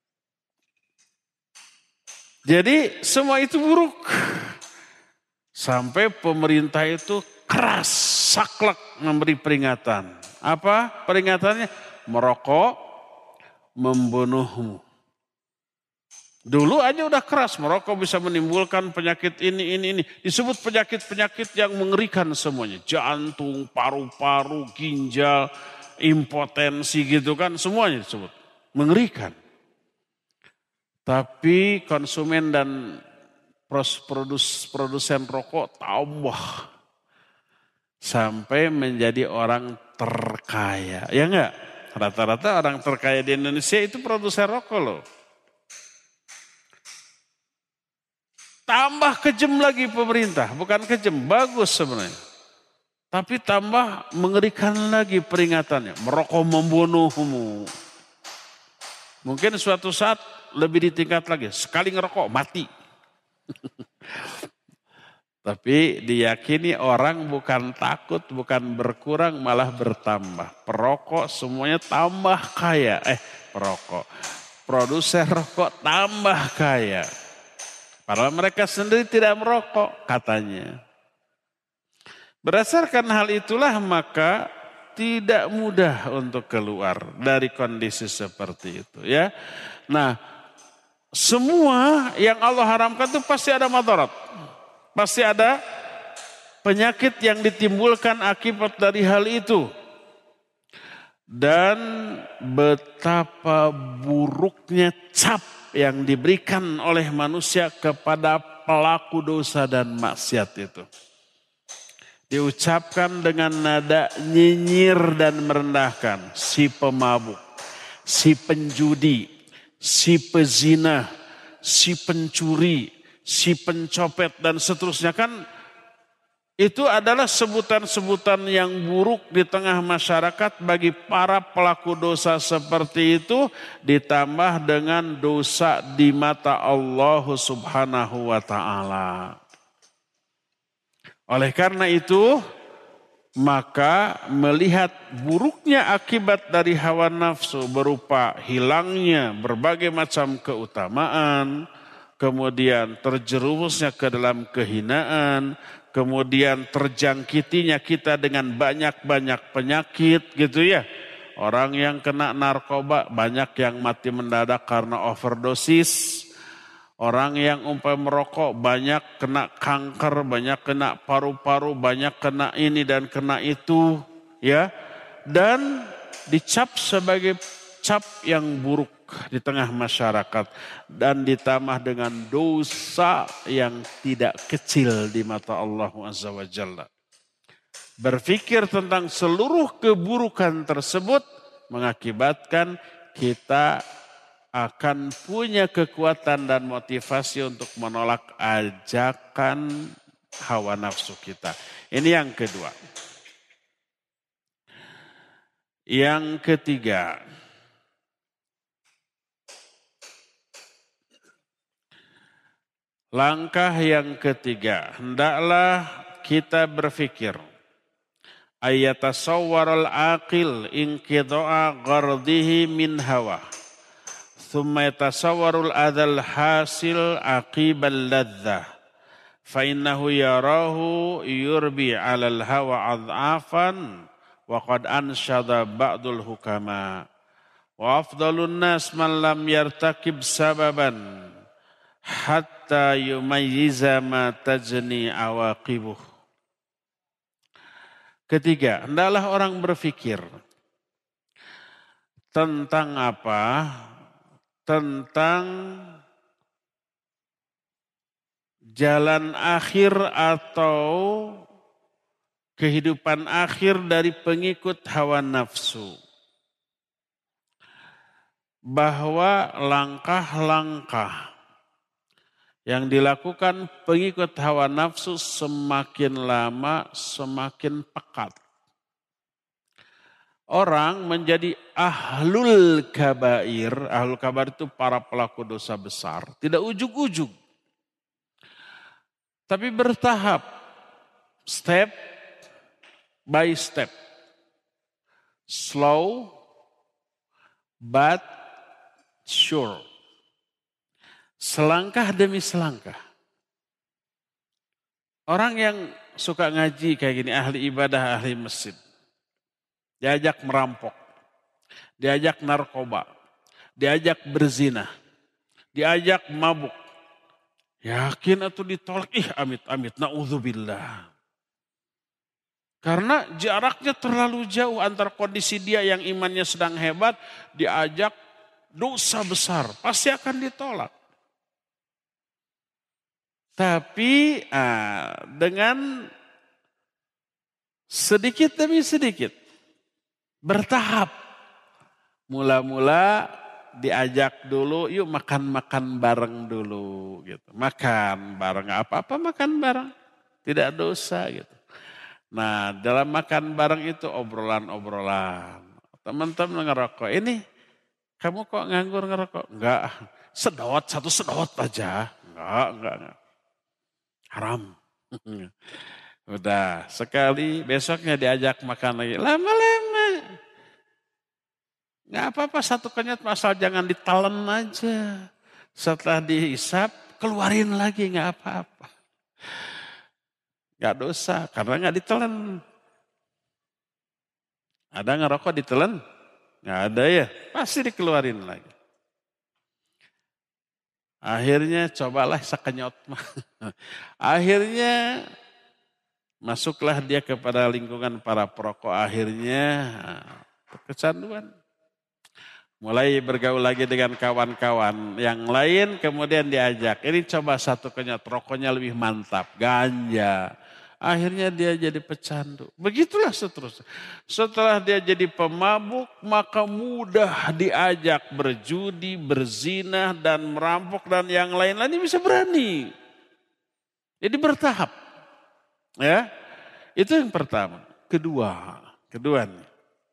Jadi semua itu buruk. Sampai pemerintah itu keras, saklek memberi peringatan. Apa peringatannya? Merokok membunuhmu. Dulu aja udah keras, merokok bisa menimbulkan penyakit ini. Disebut penyakit-penyakit yang mengerikan semuanya. Jantung, paru-paru, ginjal, impotensi gitu kan, semuanya disebut. Mengerikan. Tapi konsumen dan produsen rokok tambah. Sampai menjadi orang terkaya. Ya enggak? Rata-rata orang terkaya di Indonesia itu produsen rokok loh. Tambah kejam lagi pemerintah. Bukan kejam, bagus sebenarnya. Tapi tambah mengerikan lagi peringatannya. Merokok membunuhmu. Mungkin suatu saat lebih ditingkat lagi. Sekali ngerokok mati. Tapi diyakini orang bukan takut, bukan berkurang, malah bertambah. Perokok semuanya tambah kaya. Perokok. Produsen rokok tambah kaya. Padahal mereka sendiri tidak merokok katanya. Berdasarkan hal itulah maka tidak mudah untuk keluar dari kondisi seperti itu ya. Nah, semua yang Allah haramkan itu pasti ada madarat. Pasti ada penyakit yang ditimbulkan akibat dari hal itu. Dan betapa buruknya cap yang diberikan oleh manusia kepada pelaku dosa dan maksiat itu. Diucapkan dengan nada nyinyir dan merendahkan. Si pemabuk, si penjudi, si pezina, si pencuri, si pencopet dan seterusnya kan itu adalah sebutan-sebutan yang buruk di tengah masyarakat bagi para pelaku dosa seperti itu ditambah dengan dosa di mata Allah Subhanahu wa taala. Oleh karena itu maka melihat buruknya akibat dari hawa nafsu berupa hilangnya berbagai macam keutamaan, kemudian terjerumusnya ke dalam kehinaan, kemudian terjangkitinya kita dengan banyak-banyak penyakit gitu ya. Orang yang kena narkoba banyak yang mati mendadak karena overdosis. Orang yang merokok banyak kena kanker, banyak kena paru-paru, banyak kena ini dan kena itu ya. Dan dicap sebagai cap yang buruk di tengah masyarakat dan ditambah dengan dosa yang tidak kecil di mata Allah Azza wa Jalla. Berpikir tentang seluruh keburukan tersebut mengakibatkan kita akan punya kekuatan dan motivasi untuk menolak ajakan hawa nafsu kita. Ini yang kedua. Yang ketiga. Langkah yang ketiga, hendaklah kita berpikir. Ayatasawwarul aqil inqidha'a ghardihi min hawa. Thumma yatasawwarul adal hasil aqibal ladzah. Fa innahu yarahu yurbi 'alal hawa adhafan wa qad ansyada ba'dul hukama. Wa afdalun nas man lam yartakib sababan hatta yumayyiza ma tajni awaqibuh. Ketiga, hendaklah orang berpikir tentang apa? Tentang jalan akhir atau kehidupan akhir dari pengikut hawa nafsu. bahwa langkah-langkah yang dilakukan pengikut hawa nafsu semakin lama semakin pekat. Orang menjadi ahlul kabair. Ahlul kabair itu para pelaku dosa besar. Tidak ujug-ujug. Tapi bertahap. Step by step. Slow but sure. Selangkah demi selangkah. Orang yang suka ngaji kayak gini, ahli ibadah, ahli masjid. Diajak merampok, diajak narkoba, diajak berzina, diajak mabuk. Yakin atau ditolak? Amit-amit, na'udzubillah. Karena jaraknya terlalu jauh antara kondisi dia yang imannya sedang hebat, diajak dosa besar, pasti akan ditolak. Tapi dengan sedikit demi sedikit, bertahap. Mula-mula diajak dulu, yuk makan-makan bareng dulu. Gitu. Makan bareng, gak apa-apa makan bareng. Tidak dosa gitu. Nah dalam makan bareng itu obrolan-obrolan. Teman-teman ngerokok, ini kamu kok nganggur ngerokok? Enggak, satu sedot aja. Enggak. Haram. Udah sekali, besoknya diajak makan lagi. Lama-lama. Gak apa-apa satu kenyat, asal jangan ditelan aja. Setelah dihisap, keluarin lagi gak apa-apa. Gak dosa, karena gak ditelan. Ada ngerokok ditelan? Gak ada ya, pasti dikeluarin lagi. Akhirnya cobalah sekenyot. Akhirnya masuklah dia kepada lingkungan para perokok, akhirnya kecanduan. Mulai bergaul lagi dengan kawan-kawan yang lain, kemudian diajak. Ini coba satu kenyot, rokoknya lebih mantap, ganja. Akhirnya dia jadi pecandu. Begitulah seterusnya. Setelah dia jadi pemabuk, maka mudah diajak berjudi, berzina, dan merampok, dan yang lain-lain bisa berani. Jadi bertahap. Ya, itu yang pertama. Kedua nih.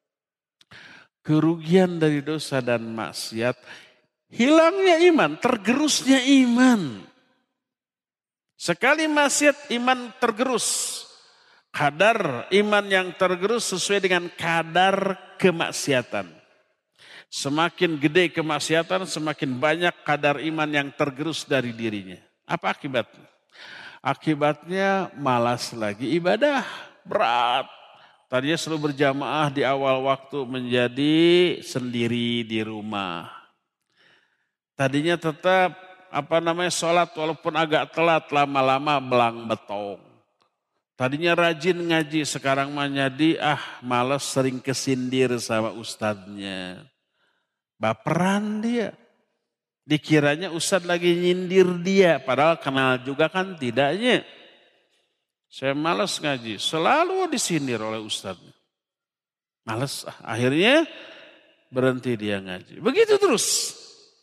Kerugian dari dosa dan maksiat, hilangnya iman, tergerusnya iman. Sekali maksiat, iman tergerus. Kadar iman yang tergerus sesuai dengan kadar kemaksiatan. Semakin gede kemaksiatan, semakin banyak kadar iman yang tergerus dari dirinya. Apa akibatnya? Akibatnya malas lagi ibadah, berat. Tadinya selalu berjamaah di awal waktu menjadi sendiri di rumah. Tadinya tetap sholat walaupun agak telat, lama-lama belang betong. Tadinya rajin ngaji, sekarang mah jadi malas, sering kesindir sama ustadznya. Baperan dia. Dikiranya ustadz lagi nyindir dia, padahal kenal juga kan tidaknya. Saya malas ngaji, selalu disindir oleh ustadznya. Malas, akhirnya berhenti dia ngaji. Begitu terus.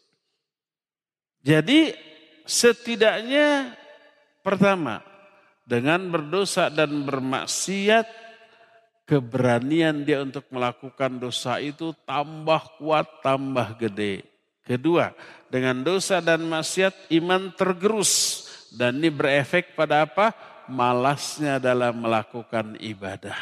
Jadi setidaknya pertama, dengan berdosa dan bermaksiat, keberanian dia untuk melakukan dosa itu tambah kuat, tambah gede. Kedua, dengan dosa dan maksiat iman tergerus. Dan ini berefek pada apa? Malasnya dalam melakukan ibadah.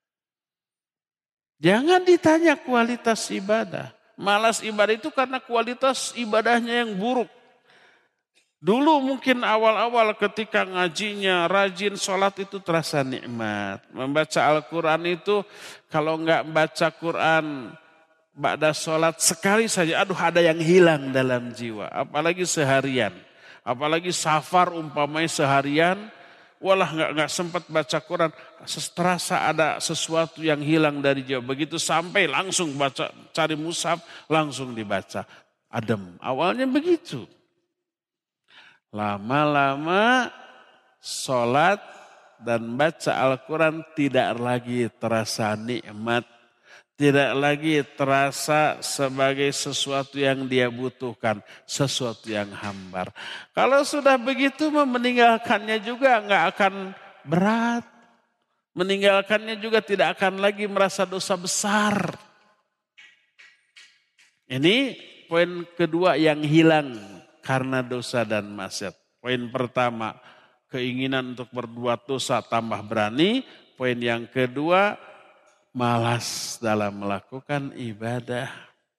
Jangan ditanya kualitas ibadah. Malas ibadah itu karena kualitas ibadahnya yang buruk. Dulu mungkin awal-awal ketika ngajinya rajin, sholat itu terasa nikmat. Membaca Al-Quran itu kalau enggak baca Quran ba'da sholat sekali saja, ada yang hilang dalam jiwa. Apalagi seharian. Apalagi safar umpamanya seharian, walah nggak sempat baca Quran, terasa ada sesuatu yang hilang dari jiwa. Begitu sampai langsung baca, cari mushaf, langsung dibaca. Adem, awalnya begitu. Lama-lama sholat dan baca Al-Quran tidak lagi terasa nikmat, Tidak lagi terasa sebagai sesuatu yang dia butuhkan, sesuatu yang hambar. Kalau sudah begitu meninggalkannya juga nggak akan berat. Meninggalkannya juga tidak akan lagi merasa dosa besar. Ini poin kedua yang hilang karena dosa dan maksiat. Poin pertama, keinginan untuk berbuat dosa tambah berani. Poin yang kedua, malas dalam melakukan ibadah.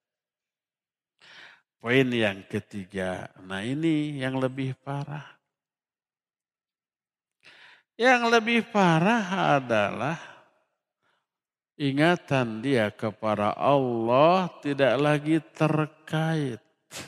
Poin yang ketiga, nah ini yang lebih parah. Yang lebih parah adalah ingatan dia kepada Allah tidak lagi terkait.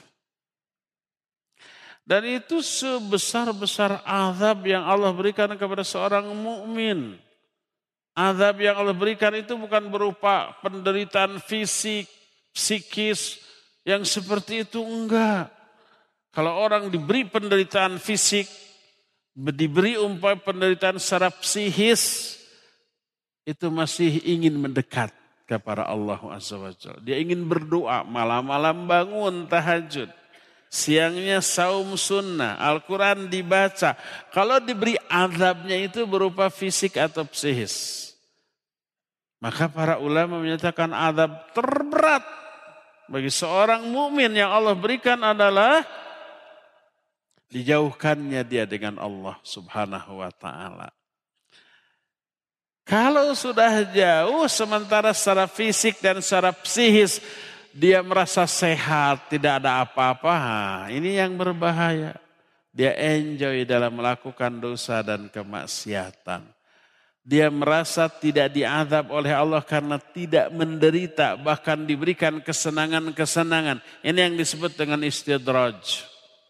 Dan itu sebesar-besar azab yang Allah berikan kepada seorang mukmin. Azab yang Allah berikan itu bukan berupa penderitaan fisik, psikis yang seperti itu, enggak. Kalau orang diberi penderitaan fisik, diberi penderitaan secara psikis, itu masih ingin mendekat kepada Allah Azza wa Jalla. Dia ingin berdoa, malam-malam bangun tahajud. Siangnya saum sunnah, Al-Quran dibaca. Kalau diberi azabnya itu berupa fisik atau psikis, maka para ulama menyatakan azab terberat bagi seorang mukmin yang Allah berikan adalah dijauhkannya dia dengan Allah Subhanahu wa taala. Kalau sudah jauh sementara secara fisik dan secara psikis dia merasa sehat, tidak ada apa-apa, ini yang berbahaya. Dia enjoy dalam melakukan dosa dan kemaksiatan. Dia merasa tidak diazab oleh Allah karena tidak menderita, bahkan diberikan kesenangan-kesenangan. Ini yang disebut dengan istidraj.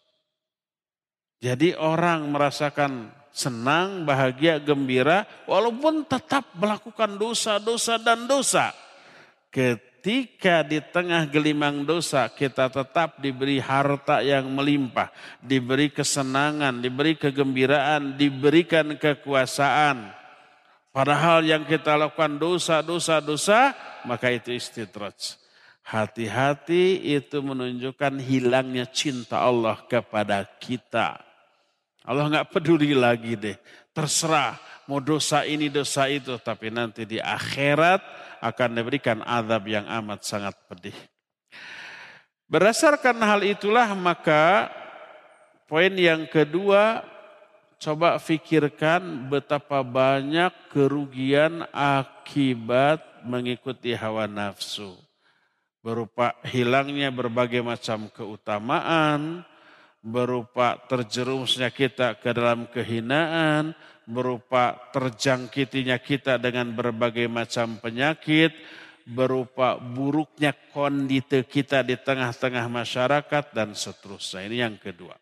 Jadi orang merasakan senang, bahagia, gembira, walaupun tetap melakukan dosa-dosa dan dosa. Ketika di tengah gelimang dosa kita tetap diberi harta yang melimpah, diberi kesenangan, diberi kegembiraan, diberikan kekuasaan. Padahal yang kita lakukan dosa, maka itu istidraj. Hati-hati, itu menunjukkan hilangnya cinta Allah kepada kita. Allah nggak peduli lagi deh, terserah mau dosa ini dosa itu, tapi nanti di akhirat akan diberikan azab yang amat sangat pedih. Berdasarkan hal itulah maka poin yang kedua, coba pikirkan betapa banyak kerugian akibat mengikuti hawa nafsu. Berupa hilangnya berbagai macam keutamaan, berupa terjerumusnya kita ke dalam kehinaan, berupa terjangkitinya kita dengan berbagai macam penyakit, berupa buruknya kondisi kita di tengah-tengah masyarakat dan seterusnya. Ini yang kedua.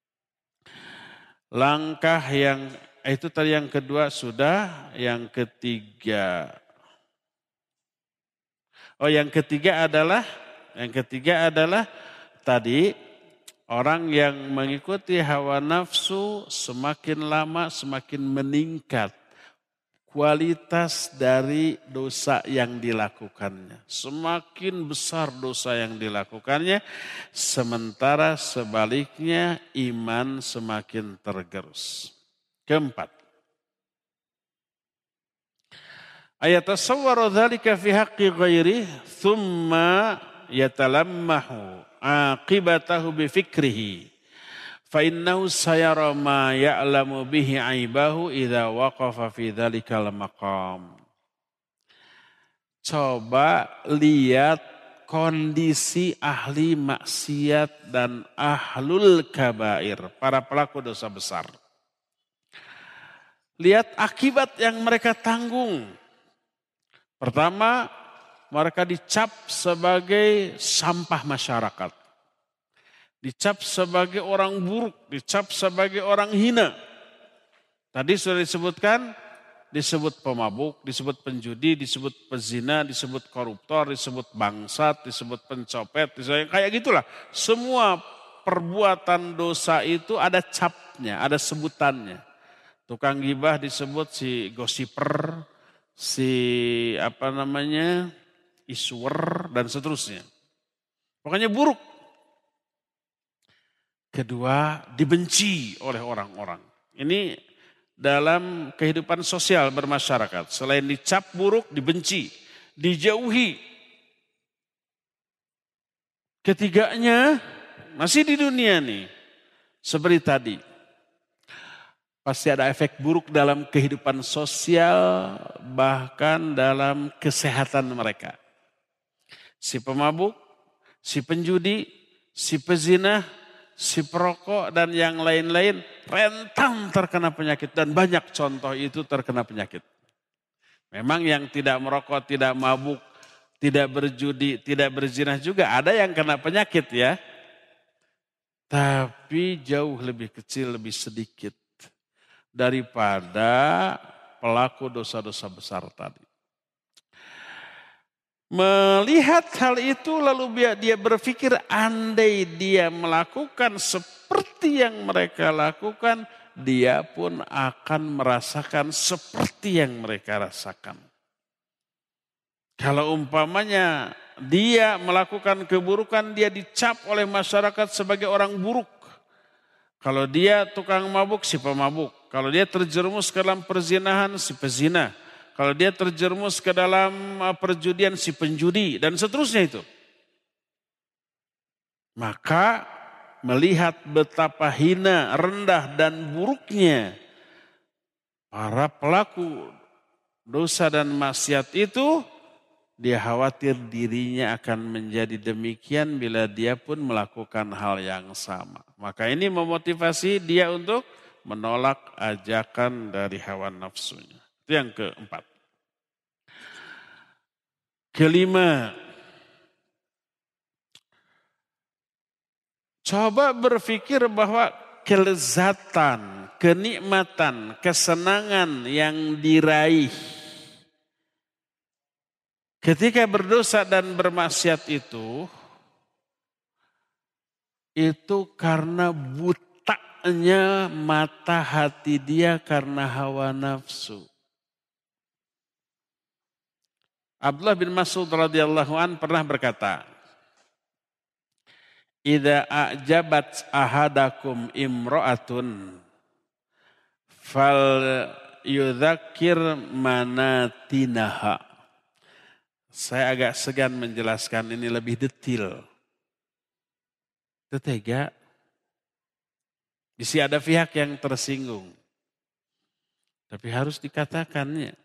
Langkah yang itu tadi yang kedua sudah, yang ketiga. Yang ketiga adalah tadi orang yang mengikuti hawa nafsu semakin lama semakin meningkat kualitas dari dosa yang dilakukannya. Semakin besar dosa yang dilakukannya, sementara sebaliknya iman semakin tergerus. Keempat, ayatasawwaru dzalika fi haqqi ghairi thumma yatalammahu aqibatahu bi fikrihi fa innahu sayara ma ya'lamu bihi aibahu idza waqafa fi dzalikal maqam. Coba lihat kondisi ahli maksiat dan ahlul kabair, para pelaku dosa besar. Lihat akibat yang mereka tanggung. Pertama, mereka dicap sebagai sampah masyarakat. Dicap sebagai orang buruk, dicap sebagai orang hina. Tadi sudah disebutkan, disebut pemabuk, disebut penjudi, disebut pezina, disebut koruptor, disebut bangsat, disebut pencopet, kayak gitulah. Semua perbuatan dosa itu ada capnya, ada sebutannya. Tukang gibah disebut si gosiper, si iswer, dan seterusnya. Pokoknya buruk. Kedua, dibenci oleh orang-orang. Ini dalam kehidupan sosial bermasyarakat. Selain dicap buruk, dibenci, dijauhi. Ketiganya, masih di dunia nih, seperti tadi. Pasti ada efek buruk dalam kehidupan sosial, bahkan dalam kesehatan mereka. Si pemabuk, si penjudi, si pezina, si perokok, dan yang lain-lain rentan terkena penyakit. Dan banyak contoh itu terkena penyakit. Memang yang tidak merokok, tidak mabuk, tidak berjudi, tidak berzina juga ada yang kena penyakit ya. Tapi jauh lebih kecil, lebih sedikit daripada pelaku dosa-dosa besar tadi. Melihat hal itu lalu dia berpikir andai dia melakukan seperti yang mereka lakukan, dia pun akan merasakan seperti yang mereka rasakan. Kalau umpamanya dia melakukan keburukan, dia dicap oleh masyarakat sebagai orang buruk. Kalau dia tukang mabuk, si pemabuk. Kalau dia terjerumus ke dalam perzinahan, si pezina. Kalau dia terjerumus ke dalam perjudian, si penjudi, dan seterusnya itu. Maka melihat betapa hina, rendah, dan buruknya para pelaku dosa dan maksiat itu, dia khawatir dirinya akan menjadi demikian bila dia pun melakukan hal yang sama. Maka ini memotivasi dia untuk menolak ajakan dari hawa nafsunya. Itu yang keempat. Kelima, coba berpikir bahwa kelezatan, kenikmatan, kesenangan yang diraih ketika berdosa dan bermaksiat itu karena butanya mata hati dia karena hawa nafsu. Abdullah bin Mas'ud radhiyallahu an pernah berkata, "Idza a'jabat ahadakum imra'atun fal yudzakir manatinaha." Saya agak segan menjelaskan ini lebih detail. Tetega, bisa ada pihak yang tersinggung. Tapi harus dikatakannya.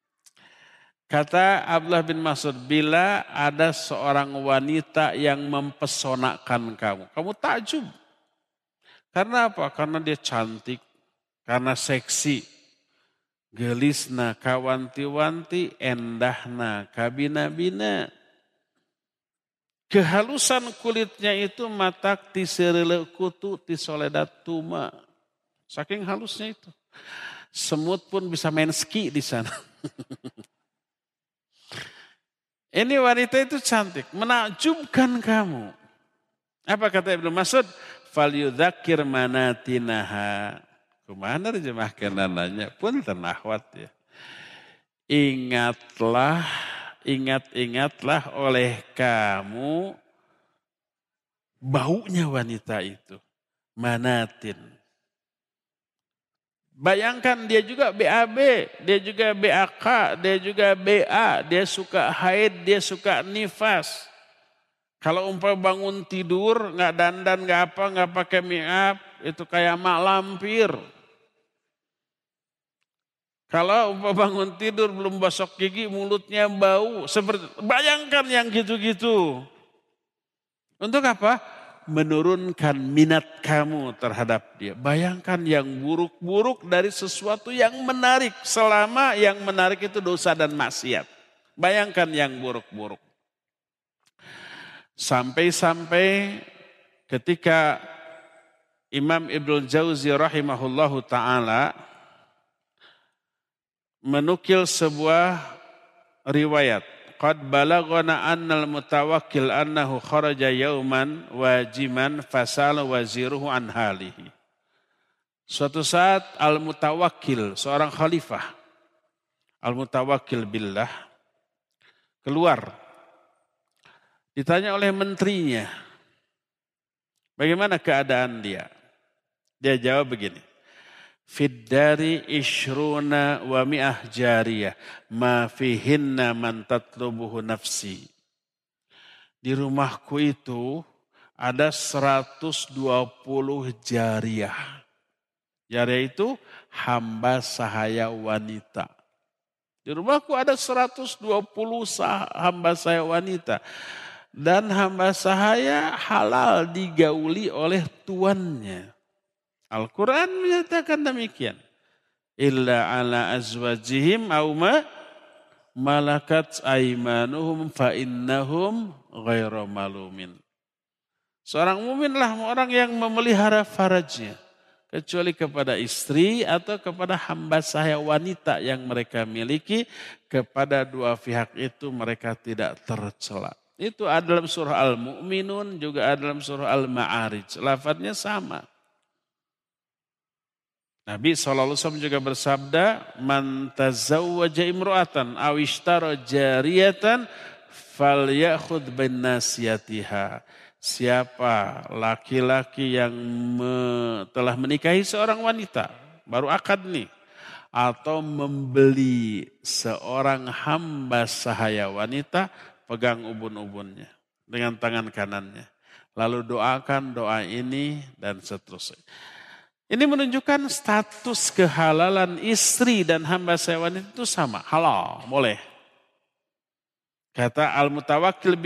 Kata Abdullah bin Mas'ud, bila ada seorang wanita yang mempesonakan kamu, kamu takjub. Karena apa? Karena dia cantik, karena seksi, gelisna, kawanti-wanti, endahna, kabina-bina. Kehalusan kulitnya itu matak tiserele kutu tisoledat tuma. Saking halusnya itu. Semut pun bisa main ski di sana. Ini wanita itu cantik, menakjubkan kamu. Apa kata Ibnu Mas'ud? Fal yudzakir manatinaha. Kemana terjemahkan nanya? Pun tenahwat ya. Ingat-ingatlah oleh kamu baunya wanita itu. Manatin. Bayangkan dia juga BAB, dia juga BAK, dia juga BA, dia suka haid, dia suka nifas. Kalau umpah bangun tidur, nggak dandan, nggak apa, nggak pakai make up, itu kayak mak lampir. Kalau umpah bangun tidur belum gosok gigi, mulutnya bau. Bayangkan yang gitu-gitu. Untuk apa? Menurunkan minat kamu terhadap dia. Bayangkan yang buruk-buruk dari sesuatu yang menarik. Selama yang menarik itu dosa dan maksiat. Bayangkan yang buruk-buruk. Sampai-sampai ketika Imam Ibnul Jauzi rahimahullahu ta'ala menukil sebuah riwayat. Qad balagana annal mutawakkil annahu kharaja yauman wajiman fasala waziruhu an halihi. Suatu saat al-mutawakkil, seorang khalifah, al-mutawakkil billah, keluar Ditanya oleh menterinya, bagaimana keadaan dia? Dia jawab begini, Fiddari ishruna wa mi'ah jariyah, ma fihinna man tatlubuhu nafsi. Di rumahku itu ada 120 jariyah. Jariyah itu hamba sahaya wanita. Di rumahku ada 120 hamba sahaya wanita. Dan hamba sahaya halal digauli oleh tuannya. Al-Quran menyatakan demikian. Illa ala azwajihim awma malakat aimanuhum fa innahum ghairu malumin. Seorang muminlah orang yang memelihara farajnya. Kecuali kepada istri atau kepada hamba sahaya wanita yang mereka miliki. Kepada dua pihak itu mereka tidak tercela. Itu ada dalam surah Al-Mu'minun, juga ada dalam surah Al-Ma'arij. Lafadznya sama. Nabi SAW juga bersabda, Man tazawwaja imru'atan awishtara jariyatan falyakhud bin nasiyatiha. Siapa laki-laki yang telah menikahi seorang wanita, baru akad nih, atau membeli seorang hamba sahaya wanita, pegang ubun-ubunnya dengan tangan kanannya. Lalu doakan doa ini dan seterusnya. Ini menunjukkan status kehalalan istri dan hamba sahaya wanita itu sama, halal, boleh. Kata Al-Mutawakkil